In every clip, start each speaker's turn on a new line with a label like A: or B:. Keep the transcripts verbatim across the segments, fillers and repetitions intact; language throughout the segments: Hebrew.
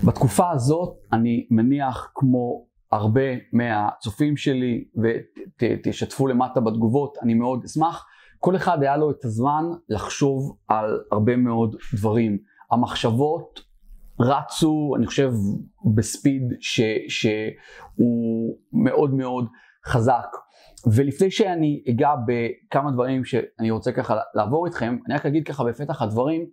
A: בתקופה הזאת אני מניח כמו הרבה מהצופים שלי, ותשתפו למטה בתגובות, אני מאוד אשמח, כל אחד היה לו את הזמן לחשוב על הרבה מאוד דברים. המחשבות רצו, אני חושב, בספיד ש, שהוא מאוד מאוד חזק. ולפני שאני אגע בכמה דברים שאני רוצה ככה לעבור איתכם, אני רק אגיד ככה בפתח הדברים,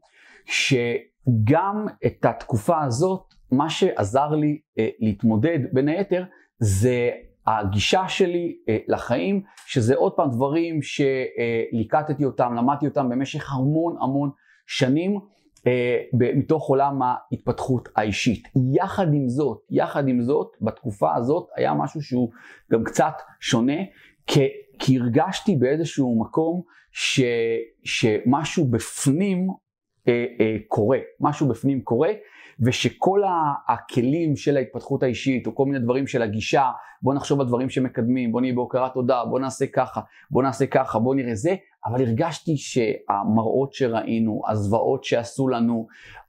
A: שגם את התקופה הזאת, מה שעזר לי אה, להתמודד בין היתר, זה הגישה שלי אה, לחיים, שזה עוד פעם דברים שליקטתי אותם, למדתי אותם במשך המון המון שנים, אה, מתוך עולם ההתפתחות האישית. יחד עם זאת, יחד עם זאת, בתקופה הזאת היה משהו שהוא גם קצת שונה, כי, כי הרגשתי באיזשהו מקום ש, שמשהו בפנים אה, אה, קורה, משהו בפנים קורה, ושכל הכלים של ההתפתחות האישית, או כל מיני דברים של הגישה, בוא נחשוב על דברים שמקדמים, בוא נהיה בהוקרת תודה, בוא נעשה ככה, בוא נעשה ככה, בוא נראה זה, אבל הרגשתי שהמראות שראינו, הזוועות שעשו לנו,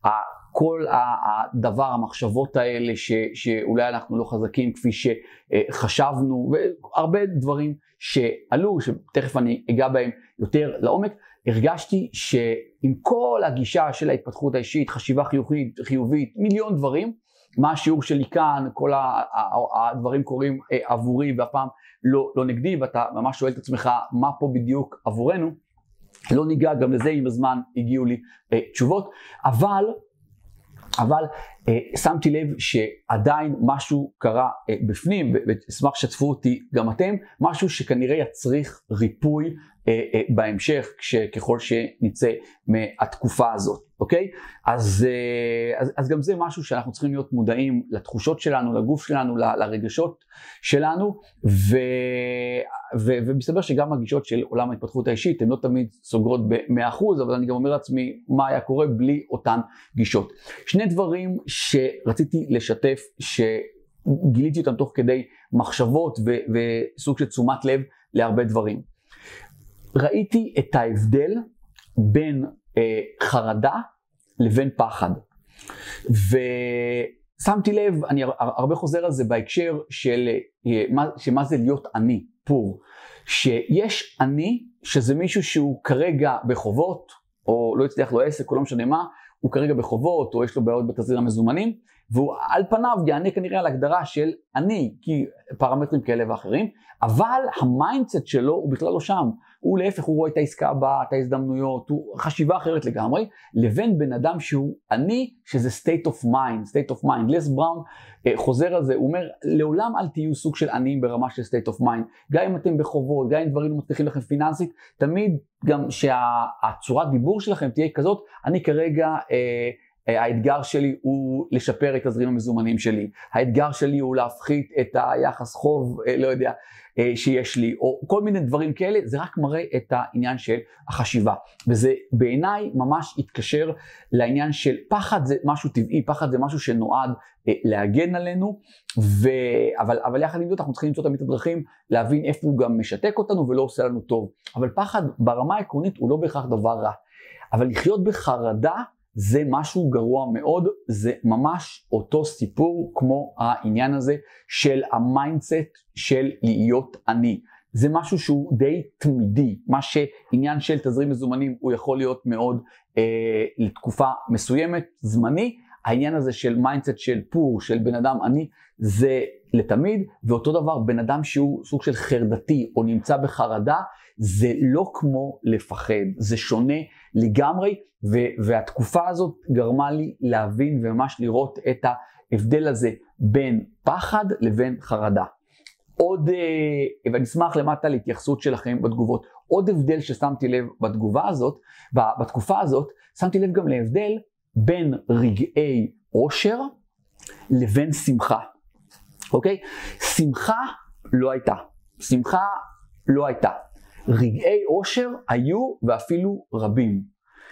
A: כל הדבר, המחשבות האלה ש, שאולי אנחנו לא חזקים כפי שחשבנו, והרבה דברים שעלו, שתכף אני אגע בהם יותר לעומק, הרגשתי שעם כל הגישה של ההתפתחות האישית, חשיבה חיובית, חיובית, מיליון דברים, מה השיעור שלי כאן, כל הדברים קורים עבורי והפעם לא, לא נגדי, ואתה ממש שואל את עצמך מה פה בדיוק עבורנו, לא ניגע גם לזה, עם הזמן הגיעו לי תשובות, אבל אבל אה, שמתי לב שעדיין משהו קרה אה, בפנים, ואשמח שתפו אותי גם אתם, משהו שכנראה יצריך ריפוי אה, אה, בהמשך, ככל שנצא מהתקופה הזאת, אוקיי? אז, אה, אז, אז גם זה משהו שאנחנו צריכים להיות מודעים לתחושות שלנו, לגוף שלנו, ל, לרגשות שלנו, ו, ו, ומסתבר שגם הגישות של עולם ההתפתחות האישית, הן לא תמיד סוגרות ב-מאה אחוז, אבל אני גם אומר לעצמי מה היה קורה בלי אותן גישות. שני דברים שרציתי לשתף, שגיליתי אותם תוך כדי מחשבות ו, וסוג של תשומת לב להרבה דברים. ראיתי את ההבדל בין אה, חרדה לבין פחד. ושמתי לב, אני הרבה חוזר על זה בהקשר של אה, מה, שמה זה להיות אני, פור. שיש אני, שזה מישהו שהוא כרגע בחובות, או לא יצליח לו עסק, או לא משנה מה, הוא כרגע בחובות, או יש לו בעיות בתזרים המזומנים, והוא על פניו יענה כנראה על הגדרה של אני, כי פרמטרים כאלה ואחרים, אבל המיינדסט שלו הוא בכלל לא שם. הוא להפך, הוא רואה את העסקה הבאה, את ההזדמנויות, הוא חשיבה אחרת לגמרי, לבין בן אדם שהוא אני, שזה state of mind, state of mind. לס בראון אה, חוזר על זה, הוא אומר, לעולם אל תהיו סוג של עניים ברמה של state of mind, גם אם אתם בחובות, גם אם דברים לא מצליחים לכם פיננסית, תמיד גם שהצורת דיבור שלכם תהיה כזאת, אני כרגע, אה, האתגר שלי הוא לשפר את תזרים המזומנים שלי, האתגר שלי הוא להפחית את היחס חוב, לא יודע, שיש לי, או כל מיני דברים כאלה, זה רק מראה את העניין של החשיבה. וזה בעיניי ממש התקשר לעניין של פחד, זה משהו טבעי, פחד זה משהו שנועד להגן עלינו, ו... אבל, אבל יחד עם זאת אנחנו צריכים למצוא תמיד את הדרכים, להבין איפה הוא גם משתק אותנו ולא עושה לנו טוב. אבל פחד ברמה העקרונית הוא לא בהכרח דבר רע. אבל לחיות בחרדה, זה משהו גרוע מאוד, זה ממש אותו סיפור כמו העניין הזה של המיינדסט של להיות אני. זה משהו שהוא די תמידי, מה שעניין של תזרים מזומנים הוא יכול להיות מאוד אה, לתקופה מסוימת, זמני, העניין הזה של מיינדסט של פור, של בן אדם אני, זה לתמיד, ואותו דבר בן אדם שהוא סוג של חרדתי או נמצא בחרדה, זה לא כמו לפחד, זה שונה לגמרי, ו- והתקופה הזאת גרמה לי להבין וממש לראות את ההבדל הזה בין פחד לבין חרדה. עוד, ואני אשמח למטה להתייחסות שלכם בתגובות, עוד הבדל ששמתי לב בתגובה הזאת, בתקופה הזאת, שמתי לב גם להבדל בין רגעי אושר לבין שמחה. אוקיי? שמחה לא הייתה. שמחה לא הייתה. רגעי אושר היו ואפילו רבים.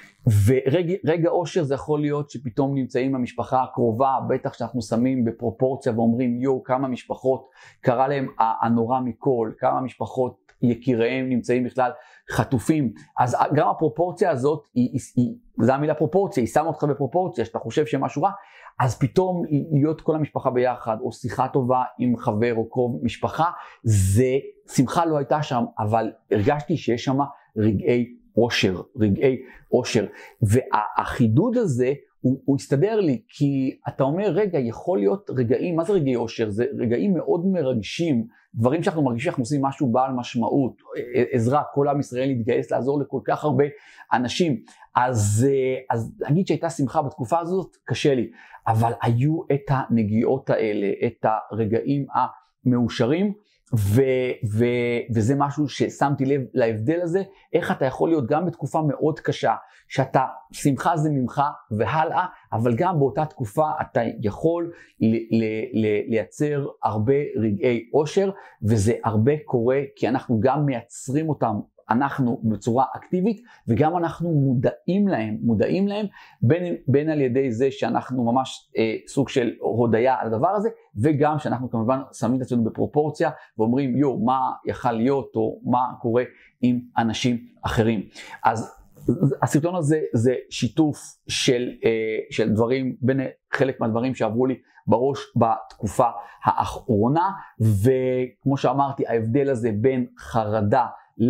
A: ורגע אושר זה יכול להיות שפתאום נמצאים במשפחה הקרובה, בטח שאנחנו שמים בפרופורציה ואומרים יו, כמה משפחות קרה להם הנורא מכל, כמה משפחות יקיריהם נמצאים בכלל חטופים. אז גם הפרופורציה הזאת, היא, היא, היא, זה המילה פרופורציה, היא שמה אותך בפרופורציה, שאתה חושב שמשהו רע, אז פתאום להיות כל המשפחה ביחד, או שיחה טובה עם חבר או קרוב משפחה, זה, שמחה לא הייתה שם, אבל הרגשתי שיש שם רגעי אושר, רגעי אושר. והחידוד הזה, הוא, הוא הסתדר לי, כי אתה אומר, רגע, יכול להיות רגעים, מה זה רגעי אושר? זה רגעים מאוד מרגשים, דברים שאנחנו מרגישים שאנחנו עושים משהו בעל משמעות, עזרה, כל עם ישראל להתגייס לעזור לכל כך הרבה אנשים. אז, אז להגיד שהייתה שמחה בתקופה הזאת, קשה לי. אבל היו את הנגיעות האלה, את הרגעים המאושרים, ו, ו, וזה משהו ששמתי לב להבדל הזה, איך אתה יכול להיות גם בתקופה מאוד קשה, שאתה, שמחה זה ממך והלאה, אבל גם באותה תקופה אתה יכול ל, ל, ל, לייצר הרבה רגעי אושר, וזה הרבה קורה כי אנחנו גם מייצרים אותם, אנחנו בצורה אקטיבית, וגם אנחנו מודעים להם, מודעים להם, בין, בין על ידי זה שאנחנו ממש אה, סוג של הודיה על הדבר הזה, וגם שאנחנו כמובן שמים את עצמנו בפרופורציה, ואומרים, יו, מה יכל להיות, או מה קורה עם אנשים אחרים. אז הסרטון הזה זה שיתוף של, אה, של דברים, בין חלק מהדברים שעברו לי בראש בתקופה האחרונה, וכמו שאמרתי, ההבדל הזה בין חרדה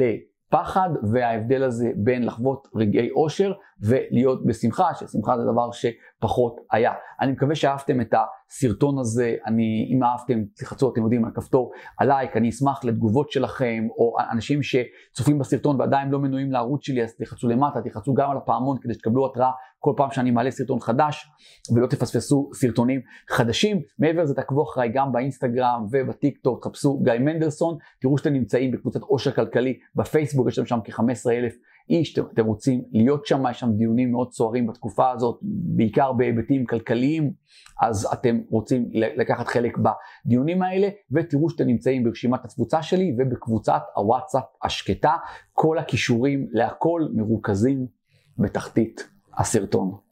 A: לפחד, וההבדל הזה בין לחוות רגעי אושר ולהיות בשמחה, ששמחה זה דבר שפחות היה. אני מקווה שאהבתם את הסרטון הזה, אני, אם אהבתם, תלחצו, אתם יודעים, על כפתור הלייק, אני אשמח לתגובות שלכם, או אנשים שצופים בסרטון ועדיין לא מנויים לערוץ שלי, אז תלחצו למטה, תלחצו גם על הפעמון כדי שתקבלו התראה כל פעם שאני מעלה סרטון חדש, ולא תפספסו סרטונים חדשים. מעבר לזה, תעקבו אחריי גם באינסטגרם ובטיק טוק, תחפשו גיא מנדלסון, תראו שאתם נמצאים בקבוצת עושר כלכלי בפייסבוק, יש שם כ-חמישה עשר אלף איש, אתם, אתם רוצים להיות שם, יש שם דיונים מאוד סוערים בתקופה הזאת, בעיקר בהיבטים כלכליים, אז אתם רוצים לקחת חלק בדיונים האלה, ותראו שאתם נמצאים ברשימת הקבוצה שלי ובקבוצת הוואטסאפ השקטה, כל הכישורים להכל מרוכזים בתחתית הסרטון.